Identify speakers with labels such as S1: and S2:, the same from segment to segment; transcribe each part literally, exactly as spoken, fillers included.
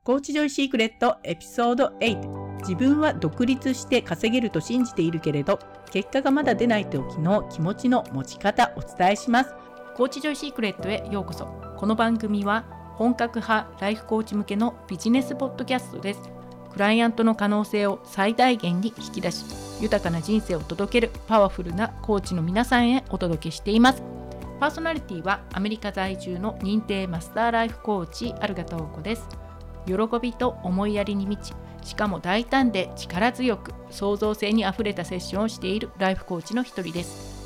S1: コーチジョイシークレットエピソードはち。自分は独立して稼げると信じているけれど結果がまだ出ない時の気持ちの持ち方お伝えします。コーチジョイシークレットへようこそ。この番組は本格派ライフコーチ向けのビジネスポッドキャストです。クライアントの可能性を最大限に引き出し豊かな人生を届けるパワフルなコーチの皆さんへお届けしています。パーソナリティはアメリカ在住の認定マスターライフコーチアルガトーコです。喜びと思いやりに満ち、しかも大胆で力強く創造性にあふれたセッションをしているライフコーチの一人です。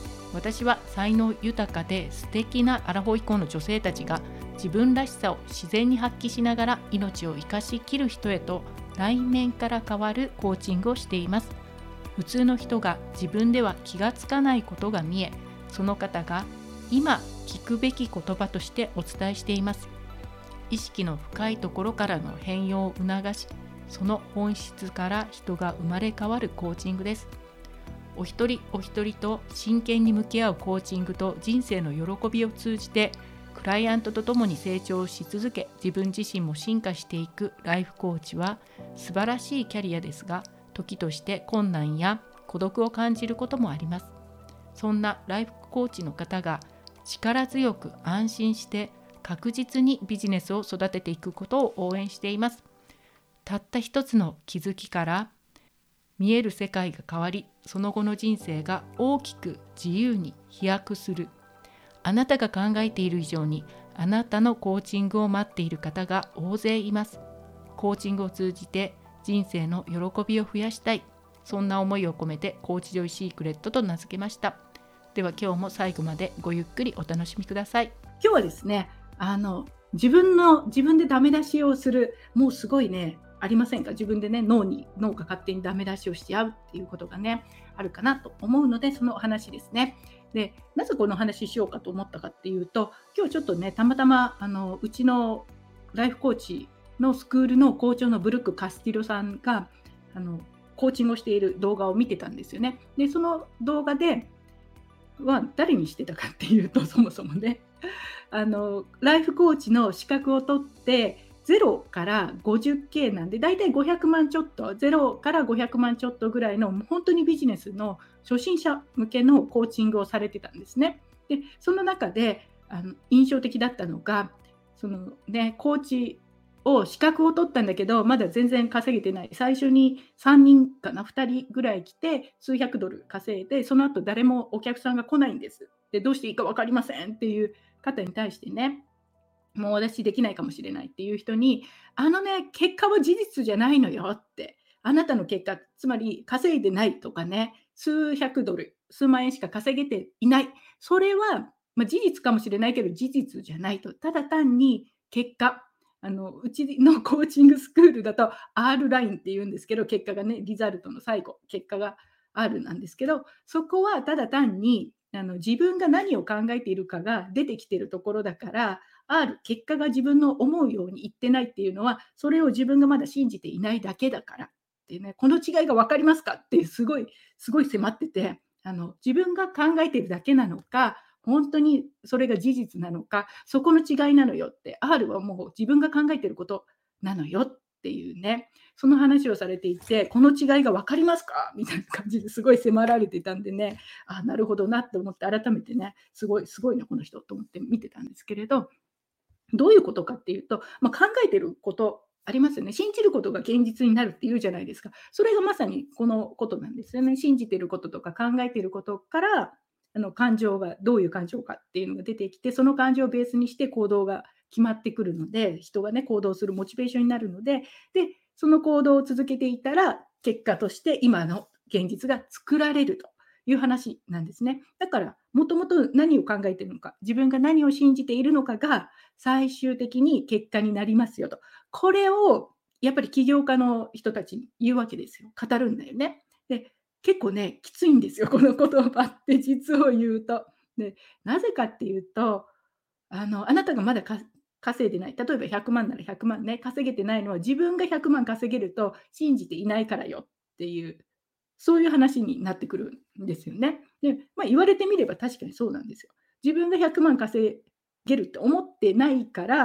S1: 私は才能豊かで素敵なアラフォー以降の女性たちが自分らしさを自然に発揮しながら命を生かしきる人へと内面から変わるコーチングをしています。普通の人が自分では気がつかないことが見え、その方が今聞くべき言葉としてお伝えしています。意識の深いところからの変容を促し、その本質から人が生まれ変わるコーチングです。お一人お一人と真剣に向き合うコーチングと人生の喜びを通じて、クライアントと共に成長し続け、自分自身も進化していくライフコーチは素晴らしいキャリアですが、時として困難や孤独を感じることもあります。そんなライフコーチの方が力強く安心して確実にビジネスを育てていくことを応援しています。たった一つの気づきから見える世界が変わり、その後の人生が大きく自由に飛躍する。あなたが考えている以上にあなたのコーチングを待っている方が大勢います。コーチングを通じて人生の喜びを増やしたい。そんな思いを込めてコーチジョイシークレットと名付けました。では今日も最後までごゆっくりお楽しみください。今日はですね、あの自分の自分でダメ出しをする、もうすごいね、ありませんか？自分でね、脳に脳が勝手にダメ出しをしちゃうっていうことがね、あるかなと思うので、そのお話ですね。で、なぜこの話しようかと思ったかっていうと、今日ちょっとね、たまたまあのうちのライフコーチのスクールの校長のブルック・カスティロさんがあのコーチングをしている動画を見てたんですよね。で、その動画では誰にしてたかっていうと、そもそもね、あのライフコーチの資格を取ってゼロから ごじゅっケー なんで、だいたいごひゃくまんちょっと、ゼロからごひゃくまんちょっとぐらいの本当にビジネスの初心者向けのコーチングをされてたんですね。で、その中であの印象的だったのが、そのね、コーチを資格を取ったんだけどまだ全然稼げてない。最初にさんにんかな、ふたりぐらい来て数百ドル稼いで、その後誰もお客さんが来ないんです。で、どうしていいか分かりませんっていう方に対してね、もう私できないかもしれないっていう人に、あのね、結果は事実じゃないのよって、あなたの結果、つまり稼いでないとかね、数百ドル、数万円しか稼げていない。それは、まあ、事実かもしれないけど、事実じゃないと。ただ単に結果、あのうちのコーチングスクールだと R ラインっていうんですけど、結果がね、リザルトの最後、結果が R なんですけど、そこはただ単にあの自分が何を考えているかが出てきているところだから、R、結果が自分の思うようにいってないっていうのは、それを自分がまだ信じていないだけだからっていうね、この違いが分かりますかってすごい、すごい迫ってて、あの自分が考えているだけなのか、本当にそれが事実なのか、そこの違いなのよって、R はもう自分が考えていることなのよっていうね、その話をされていて、この違いが分かりますかみたいな感じですごい迫られていたんでね、あ、なるほどなって思って改めてね、すごい、すごいな、この人と思って見てたんですけれど、どういうことかっていうと、まあ、考えてることありますよね。信じることが現実になるっていうじゃないですか。それがまさにこのことなんですよね。信じてることとか考えてることから、あの感情がどういう感情かっていうのが出てきて、その感情をベースにして行動が決まってくるので、人がね、行動するモチベーションになるので、で、その行動を続けていたら、結果として今の現実が作られるという話なんですね。だから、もともと何を考えているのか、自分が何を信じているのかが最終的に結果になりますよと。これをやっぱり起業家の人たちに言うわけですよ。語るんだよね。で、結構ね、きついんですよ、この言葉って実を言うと。で、なぜかっていうと、あの、あなたがまだか稼いでない。例えばひゃくまんならひゃくまんね、稼げてないのは自分がひゃくまん稼げると信じていないからよっていう、そういう話になってくるんですよね。で、まあ、言われてみれば確かにそうなんですよ。自分がひゃくまん稼げるって思ってないから、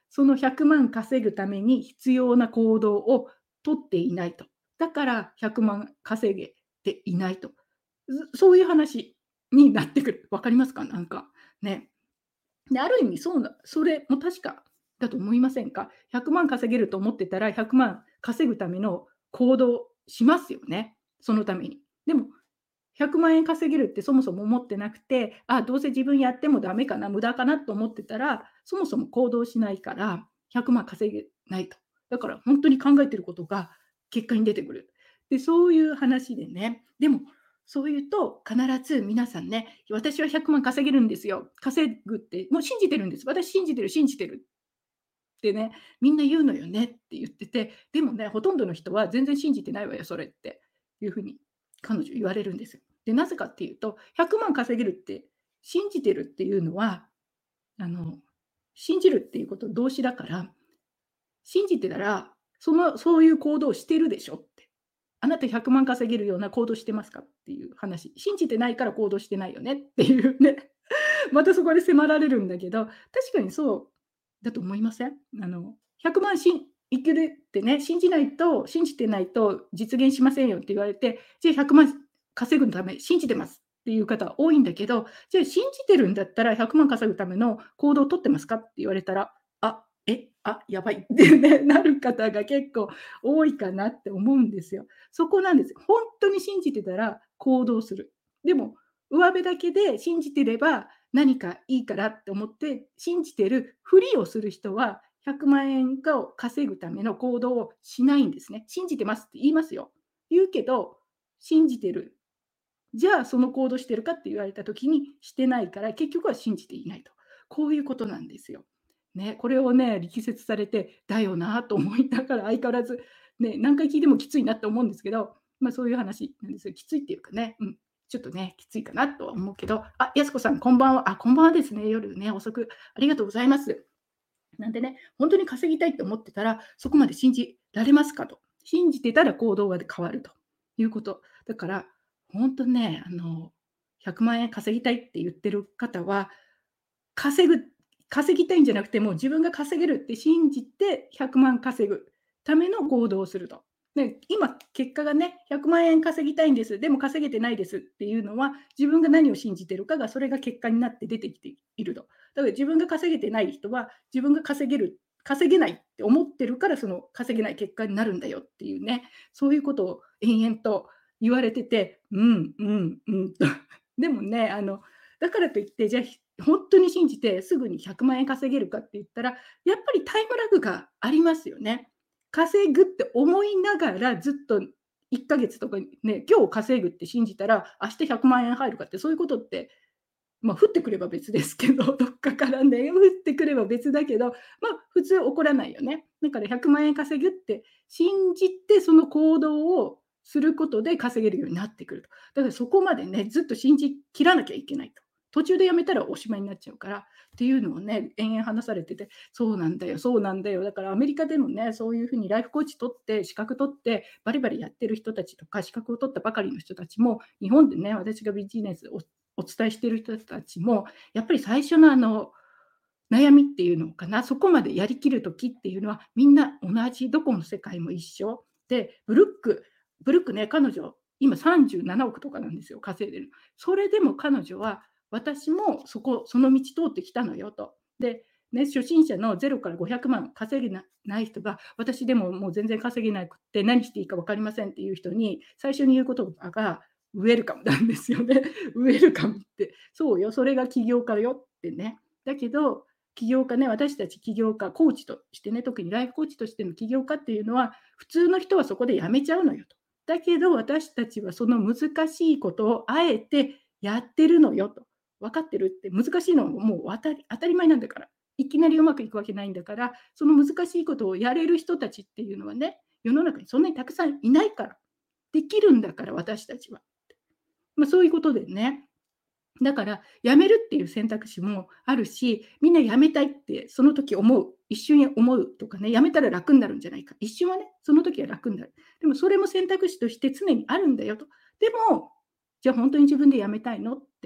S1: そのひゃくまん稼ぐために必要な行動をとっていないと。だからひゃくまん稼げていないと。ずそういう話になってくる。わかりますか？なんか、ね。で、ある意味そうなそれも確かだと思いませんか？ひゃくまん稼げると思ってたら、ひゃくまん稼ぐための行動しますよね、そのために。でも、ひゃくまん円稼げるってそもそも思ってなくて、あ、どうせ自分やってもダメかな、無駄かなと思ってたら、そもそも行動しないから、ひゃくまん稼げないと。だから本当に考えてることが結果に出てくる。で、そういう話でね、でも、そう言うと必ず皆さんね、私はひゃくまん稼げるんですよ。稼ぐってもう信じてるんです。私信じてる信じてるってね、みんな言うのよねって言ってて、でもね、ほとんどの人は全然信じてないわよ、それっていうふうに彼女言われるんですよ。で、なぜかっていうと、ひゃくまん稼げるって信じてるっていうのは、あの、信じるっていうこと動詞だから、信じてたら、そのそういう行動をしてるでしょって。あなたひゃくまん稼げるような行動してますかっていう話。信じてないから行動してないよねっていうね。またそこで迫られるんだけど、確かにそうだと思いません？あの、ひゃくまんしんいけるってね、信じないと信じてないと実現しませんよって言われて、じゃあひゃくまん稼ぐため信じてますっていう方多いんだけど、じゃあ信じてるんだったらひゃくまん稼ぐための行動を取ってますかって言われたら、あ、え、あ、やばいってね、なる方が結構多いかなって思うんですよ。そこなんです。本当に信じてたら行動する。でも上辺だけで信じてれば何かいいからって思って信じてるふりをする人はひゃくまん円を稼ぐための行動をしないんですね。信じてますって言いますよ。言うけど、信じてる。じゃあその行動してるかって言われた時にしてないから結局は信じていないと。こういうことなんですよ。ね、これをね、力説されて、だよなと思いながら相変わらず、ね、何回聞いてもきついなって思うんですけど、まあそういう話なんですよ。きついっていうかね、うん、ちょっとね、きついかなとは思うけど、あ、やすこさんこんばんは。あ、こんばんはですね。夜ね、遅くありがとうございます。なんでね、本当に稼ぎたいって思ってたら、そこまで信じられますかと。信じてたら行動は変わるということ。だから、本当ね、あの、ひゃくまん円稼ぎたいって言ってる方は、稼ぐ稼ぎたいんじゃなくて、もう自分が稼げるって信じてひゃくまん稼ぐための行動をすると。で、今結果がね、ひゃくまん円稼ぎたいんです、でも稼げてないですっていうのは、自分が何を信じてるかが、それが結果になって出てきていると。だから自分が稼げてない人は、自分が稼げる稼げないって思ってるから、その稼げない結果になるんだよっていうね、そういうことを延々と言われてて、うん、うん、うんと。でもね、あの、だからといって、じゃあ本当に信じてすぐにひゃくまん円稼げるかって言ったら、やっぱりタイムラグがありますよね。稼ぐって思いながらずっといっかげつとかね、今日稼ぐって信じたら、明日ひゃくまん円入るかって、そういうことって、まあ、降ってくれば別ですけど、どっかからね、降ってくれば別だけど、まあ、普通起こらないよね。だからひゃくまん円稼ぐって信じて、その行動をすることで稼げるようになってくると。だからそこまでね、ずっと信じきらなきゃいけないと。途中でやめたらおしまいになっちゃうからっていうのをね、延々話されてて、そうなんだよ、そうなんだよ。だからアメリカでもね、そういうふうにライフコーチ取って、資格取って、バリバリやってる人たちとか、資格を取ったばかりの人たちも、日本でね、私がビジネスをお伝えしている人たちも、やっぱり最初のあの、悩みっていうのかな、そこまでやりきる時っていうのは、みんな同じ、どこの世界も一緒。で、ブルックブルックね、彼女、今さんじゅうななおくとかなんですよ、稼いでる。それでも彼女は、私もそこその道通ってきたのよと。で、ね、初心者のゼロからごひゃくまん稼げなない人が、私でももう全然稼げなくって、何していいか分かりませんっていう人に、最初に言う言葉が、ウェルカムなんですよね。ウェルカムって、そうよ、それが起業家よってね。だけど、起業家ね、私たち起業家、コーチとしてね、特にライフコーチとしての起業家っていうのは、普通の人はそこで辞めちゃうのよと。だけど私たちはその難しいことをあえてやってるのよと。分かってるって、難しいのはもう当たり当たり前なんだから。いきなりうまくいくわけないんだから、その難しいことをやれる人たちっていうのはね、世の中にそんなにたくさんいないから。できるんだから私たちは。まあ、そういうことでね。だから、辞めるっていう選択肢もあるし、みんな辞めたいってその時思う。一瞬思うとかね、辞めたら楽になるんじゃないか。一瞬はね、その時は楽になる。でもそれも選択肢として常にあるんだよと。でも、じゃあ本当に自分で辞めたいのって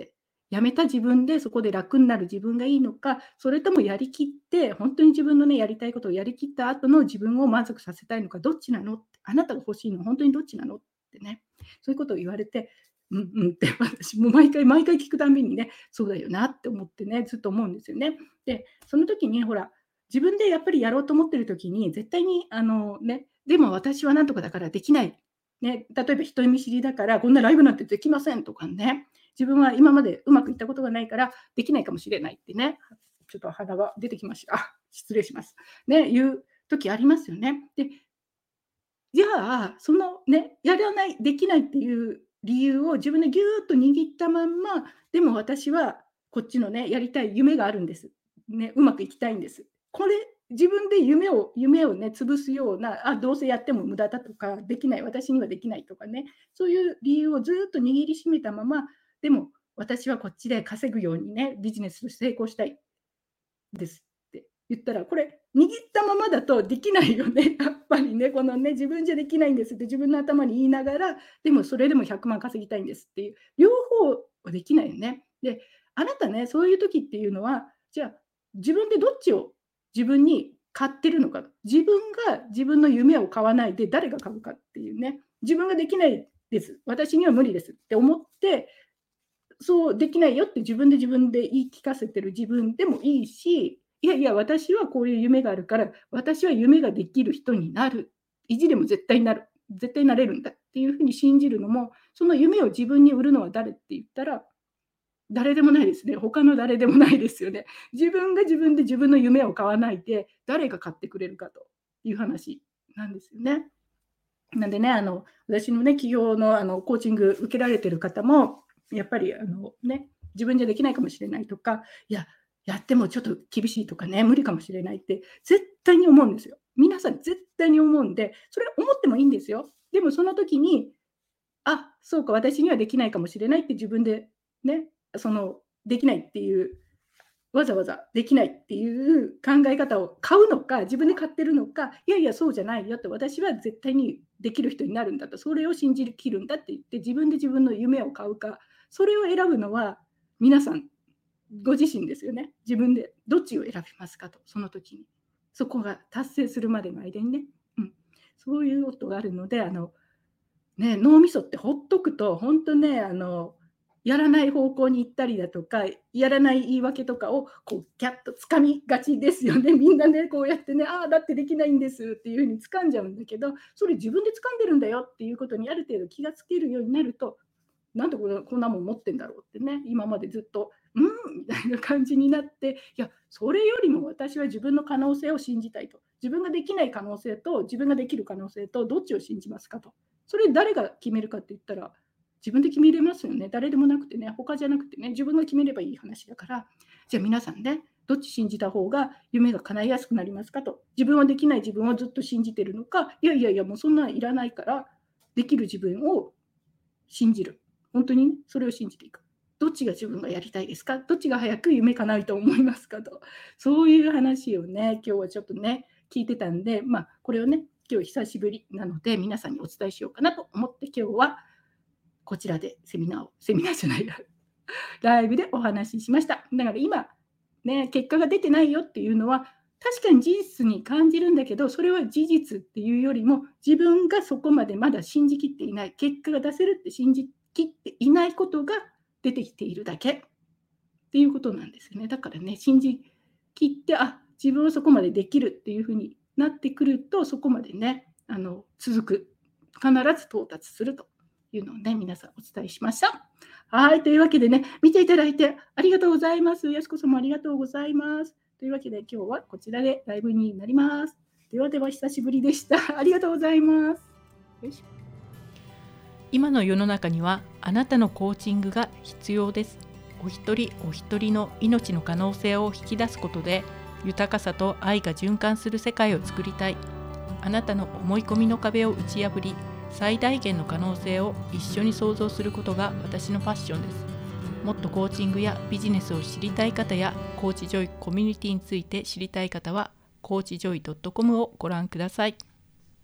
S2: やめた自分でそこで楽になる自分がいいのか、それともやりきって本当に自分のね、やりたいことをやりきった後の自分を満足させたいのか、どっちなのって、あなたが欲しいのは本当にどっちなのってね、そういうことを言われて、うんうんって私も毎回毎回聞くたんびにね、そうだよなって思ってね、ずっと思うんですよね。で、その時にほら、自分でやっぱりやろうと思ってる時に、絶対にあのね、でも私はなんとかだからできない。ね、例えば人見知りだからこんなライブなんてできませんとかね、自分は今までうまくいったことがないからできないかもしれないってね、ちょっと鼻が出てきました。あ、失礼します。ね、いう時ありますよね。で、じゃあ、そのね、やらない、できないっていう理由を自分でぎゅーっと握ったまんま、でも私はこっちのね、やりたい夢があるんです。ね、うまくいきたいんです。これ、自分で夢を夢をね、潰すような、あ、どうせやっても無駄だとか、できない、私にはできないとかね、そういう理由をずーっと握りしめたまま、でも私はこっちで稼ぐようにね、ビジネスとして成功したい。ですって言ったら、これ握ったままだとできないよね。やっぱりね、このね、自分じゃできないんですって自分の頭に言いながら、でもそれでもひゃくまん稼ぎたいんですっていう、両方はできないよね。で、あなたね、そういう時っていうのは、じゃあ、自分でどっちを自分に買ってるのか、自分が自分の夢を買わないで誰が買うかっていうね、自分ができないです、私には無理ですって思ってそうできないよって自分で自分で言い聞かせてる自分でもいいし、いやいや、私はこういう夢があるから、私は夢ができる人になる。意地でも絶対になる。絶対なれるんだっていうふうに信じるのも、その夢を自分に売るのは誰って言ったら、誰でもないですね。他の誰でもないですよね。自分が自分で自分の夢を買わないで、誰が買ってくれるかという話なんですよね。なんでね、あの、私のね、企業のあのコーチング受けられてる方も、やっぱりあのね、自分じゃできないかもしれないとか、いや、やってもちょっと厳しいとかね、無理かもしれないって絶対に思うんですよ。皆さん絶対に思うんで、それ思ってもいいんですよ。でもその時に、あ、そうか、私にはできないかもしれないって自分でね、そのできないっていうわざわざできないっていう考え方を買うのか、自分で買ってるのか、いやいや、そうじゃないよと、私は絶対にできる人になるんだと、それを信じきるんだって言って、自分で自分の夢を買うか、それを選ぶのは皆さんご自身ですよね。自分でどっちを選びますかと、その時に。そこが達成するまでの間にね。うん、そういうことがあるので、あのね、脳みそってほっとくと、本当ね、あの、やらない方向に行ったりだとか、やらない言い訳とかをこうギャッと掴みがちですよね。みんなね、こうやってね、ああ、だってできないんですっていう風に掴んじゃうんだけど、それ自分で掴んでるんだよっていうことにある程度気がつけるようになると、なんでこんなこんなもん持ってんだろうってね、今までずっと、うん、みたいな感じになって、いや、それよりも私は自分の可能性を信じたいと。自分ができない可能性と自分ができる可能性とどっちを信じますかと。それ誰が決めるかって言ったら、自分で決めれますよね。誰でもなくてね、他じゃなくてね、自分が決めればいい話だから、じゃあ皆さんね、どっち信じた方が夢が叶いやすくなりますかと。自分はできない自分をずっと信じてるのか、いやいやいや、もうそんなのいらないから、できる自分を信じる。本当にね、それを信じていく。どっちが自分がやりたいですか？どっちが早く夢叶うと思いますかと。そういう話をね、今日はちょっとね、聞いてたんで、まあ、これをね、今日久しぶりなので、皆さんにお伝えしようかなと思って、今日はこちらでセミナーを、セミナーじゃないや、ライブでお話ししました。だから今、ね、結果が出てないよっていうのは、確かに事実に感じるんだけど、それは事実っていうよりも、自分がそこまでまだ信じきっていない、結果が出せるって信じきっていないことが出てきているだけっていうことなんですよね。だからね、信じきって、あ、自分はそこまでできるっていうふうになってくると、そこまでね、あの続く、必ず到達するというのをね、皆さんお伝えしました。はい、というわけでね、見ていただいてありがとうございます。やすこさんもありがとうございます。というわけで、今日はこちらでライブになります。ではでは、久しぶりでした。ありがとうございます。よし。
S1: 今の世の中にはあなたのコーチングが必要です。お一人お一人の命の可能性を引き出すことで、豊かさと愛が循環する世界を作りたい。あなたの思い込みの壁を打ち破り、最大限の可能性を一緒に創造することが私のファッションです。もっとコーチングやビジネスを知りたい方や、コーチジョイコミュニティについて知りたい方は、コーチジョイドットコムをご覧ください。